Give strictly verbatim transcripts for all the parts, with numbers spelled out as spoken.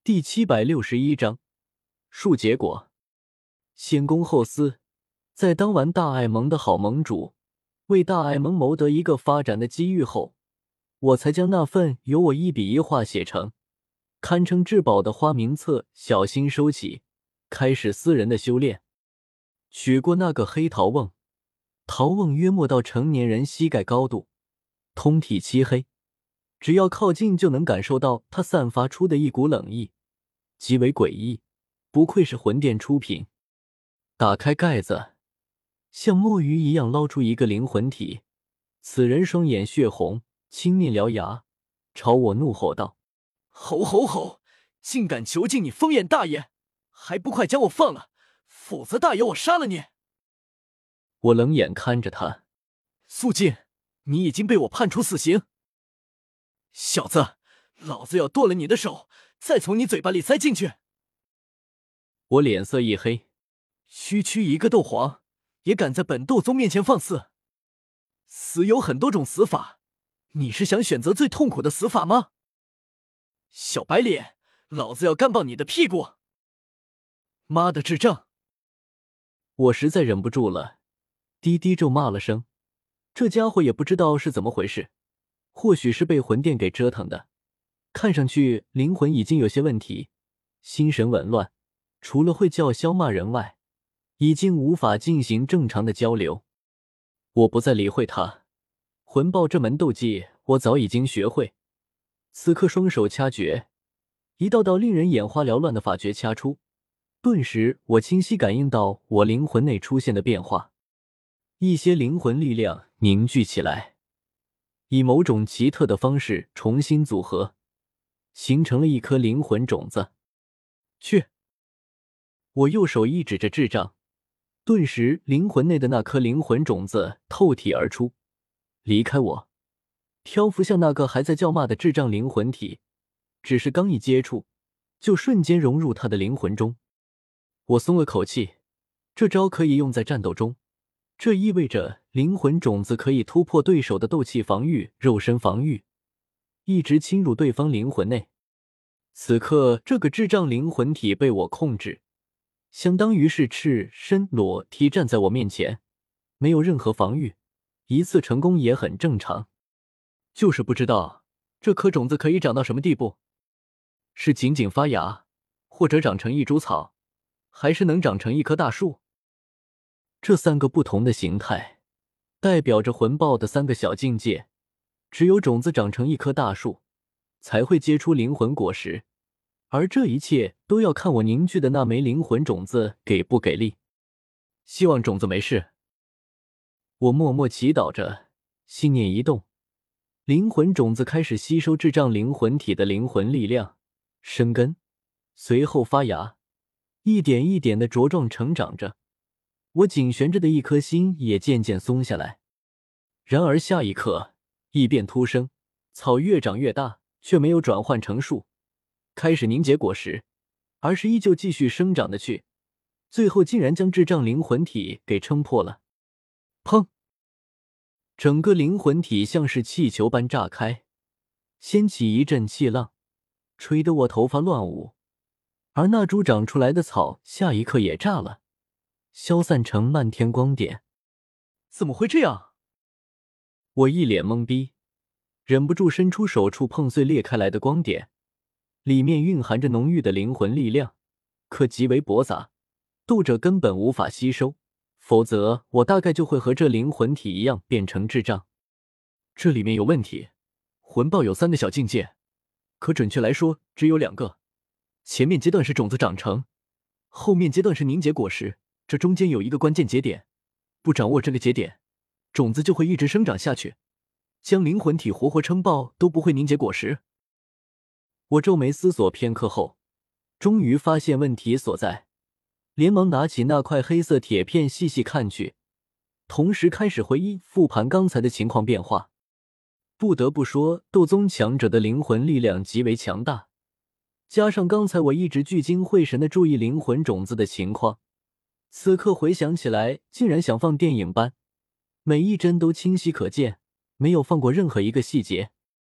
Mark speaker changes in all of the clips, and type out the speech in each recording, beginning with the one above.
Speaker 1: 第七百六十一章树结果。先公后私，在当完大爱盟的好盟主，为大爱盟谋得一个发展的机遇后，我才将那份由我一笔一画写成堪称至宝的花名册小心收起，开始私人的修炼。取过那个黑桃瓮，桃瓮约莫到成年人膝盖高度，通体漆黑，只要靠近就能感受到它散发出的一股冷意，极为诡异，不愧是魂殿出品。打开盖子，像墨鱼一样捞出一个灵魂体，此人双眼血红，青面獠牙，朝我怒吼道：
Speaker 2: 吼吼吼！竟敢囚禁你风眼大爷，还不快将我放了，否则大爷我杀了你！
Speaker 1: 我冷眼看着他，
Speaker 2: 肃静，你已经被我判处死刑。小子，老子要剁了你的手，再从你嘴巴里塞进去！
Speaker 1: 我脸色一黑，
Speaker 2: 区区一个斗皇，也敢在本斗宗面前放肆？死有很多种死法，你是想选择最痛苦的死法吗？小白脸，老子要干爆你的屁股！妈的智障！
Speaker 1: 我实在忍不住了，低低咒骂了声。这家伙也不知道是怎么回事，或许是被魂殿给折腾的，看上去灵魂已经有些问题，心神紊乱，除了会叫嚣骂人外，已经无法进行正常的交流。我不再理会他，魂爆这门斗技我早已经学会。此刻双手掐诀，一道道令人眼花缭乱的法诀掐出，顿时我清晰感应到我灵魂内出现的变化，一些灵魂力量凝聚起来，以某种奇特的方式重新组合，形成了一颗灵魂种子。去！我右手一指着智障，顿时灵魂内的那颗灵魂种子透体而出，离开我，漂浮向那个还在叫骂的智障灵魂体，只是刚一接触，就瞬间融入他的灵魂中。我松了口气，这招可以用在战斗中，这意味着灵魂种子可以突破对手的斗气防御、肉身防御，一直侵入对方灵魂内。此刻这个智障灵魂体被我控制，相当于是赤身裸体站在我面前，没有任何防御，一次成功也很正常。就是不知道这颗种子可以长到什么地步，是仅仅发芽，或者长成一株草，还是能长成一棵大树。这三个不同的形态代表着魂爆的三个小境界，只有种子长成一棵大树，才会结出灵魂果实，而这一切都要看我凝聚的那枚灵魂种子给不给力。希望种子没事。我默默祈祷着，心念一动，灵魂种子开始吸收智障灵魂体的灵魂力量，生根，随后发芽，一点一点的茁壮成长着。我紧悬着的一颗心也渐渐松下来。然而下一刻，异变突生，草越长越大，却没有转换成树，开始凝结果实，而是依旧继续生长的去，最后竟然将智障灵魂体给撑破了。砰！整个灵魂体像是气球般炸开，掀起一阵气浪，吹得我头发乱舞。而那株长出来的草下一刻也炸了，消散成漫天光点。
Speaker 2: 怎么会这样？
Speaker 1: 我一脸懵逼，忍不住伸出手触碰碎裂开来的光点，里面蕴含着浓郁的灵魂力量，可极为驳杂，斗者根本无法吸收，否则我大概就会和这灵魂体一样变成智障。这里面有问题，魂爆有三个小境界，可准确来说只有两个。前面阶段是种子长成，后面阶段是凝结果实，这中间有一个关键节点，不掌握这个节点，种子就会一直生长下去，将灵魂体活活撑爆都不会凝结果实。我皱眉思索片刻后，终于发现问题所在，连忙拿起那块黑色铁片细细看去，同时开始回忆复盘刚才的情况变化。不得不说，斗宗强者的灵魂力量极为强大，加上刚才我一直聚精会神地注意灵魂种子的情况，此刻回想起来竟然像放电影般，每一帧都清晰可见，没有放过任何一个细节。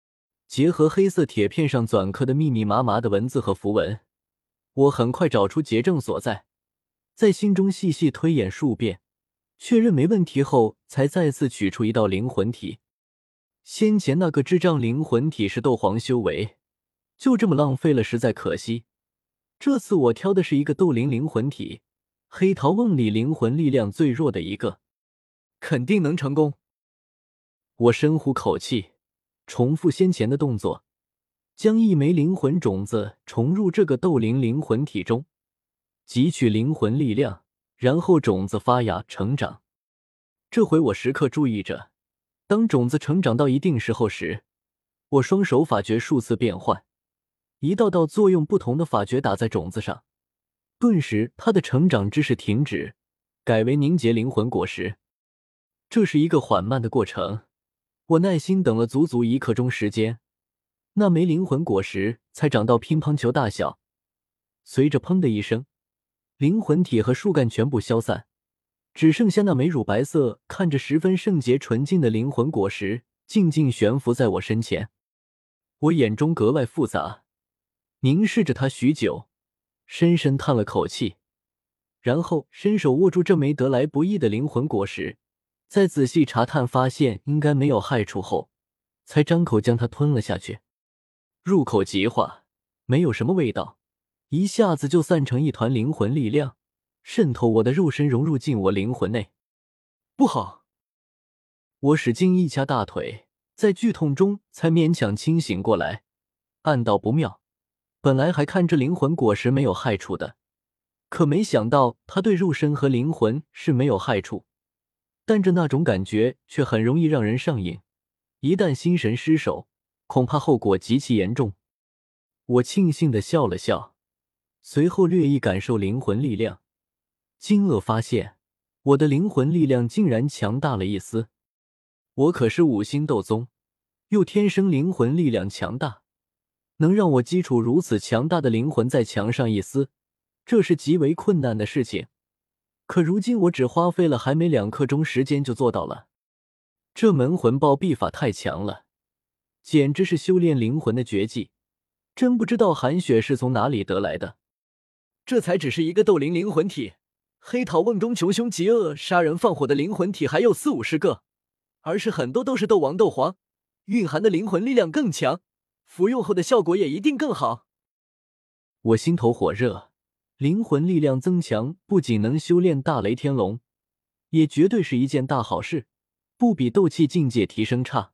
Speaker 1: 结合黑色铁片上篆刻的密密麻麻的文字和符文，我很快找出结症所在，在心中细细推演数遍，确认没问题后，才再次取出一道灵魂体。先前那个智障灵魂体是斗皇修为，就这么浪费了，实在可惜。这次我挑的是一个斗灵灵魂体，黑桃瓮里灵魂力量最弱的一个，
Speaker 2: 肯定能成功。
Speaker 1: 我深呼口气，重复先前的动作，将一枚灵魂种子重入这个斗灵灵魂体中，汲取灵魂力量，然后种子发芽成长。这回我时刻注意着，当种子成长到一定时候时，我双手法诀数次变换，一道道作用不同的法诀打在种子上，顿时它的成长之势停止，改为凝结灵魂果实。这是一个缓慢的过程，我耐心等了足足一刻钟时间，那枚灵魂果实才长到乒乓球大小。随着砰的一声，灵魂体和树干全部消散，只剩下那枚乳白色看着十分圣洁纯净的灵魂果实静静悬浮在我身前。我眼中格外复杂，凝视着它许久，深深叹了口气，然后伸手握住这枚得来不易的灵魂果实，在仔细查探发现应该没有害处后，才张口将它吞了下去。入口即化，没有什么味道，一下子就散成一团灵魂力量，渗透我的肉身，融入进我灵魂内。
Speaker 2: 不好！
Speaker 1: 我使劲一掐大腿，在剧痛中才勉强清醒过来，暗道不妙。本来还看这灵魂果实没有害处的，可没想到它对肉身和灵魂是没有害处，但这那种感觉却很容易让人上瘾，一旦心神失守，恐怕后果极其严重。我庆幸地笑了笑，随后略一感受灵魂力量，惊愕发现我的灵魂力量竟然强大了一丝。我可是五星斗宗，又天生灵魂力量强大，能让我基础如此强大的灵魂再强上一丝，这是极为困难的事情。可如今我只花费了还没两刻钟时间就做到了。这门魂爆秘法太强了，简直是修炼灵魂的绝技，真不知道韩雪是从哪里得来的。
Speaker 2: 这才只是一个斗灵灵魂体，黑桃瓮中穷凶极恶、杀人放火的灵魂体还有四五十个，而是很多都是斗王、斗皇，蕴含的灵魂力量更强，服用后的效果也一定更好。
Speaker 1: 我心头火热，灵魂力量增强不仅能修炼大雷天龙，也绝对是一件大好事，不比斗气境界提升差。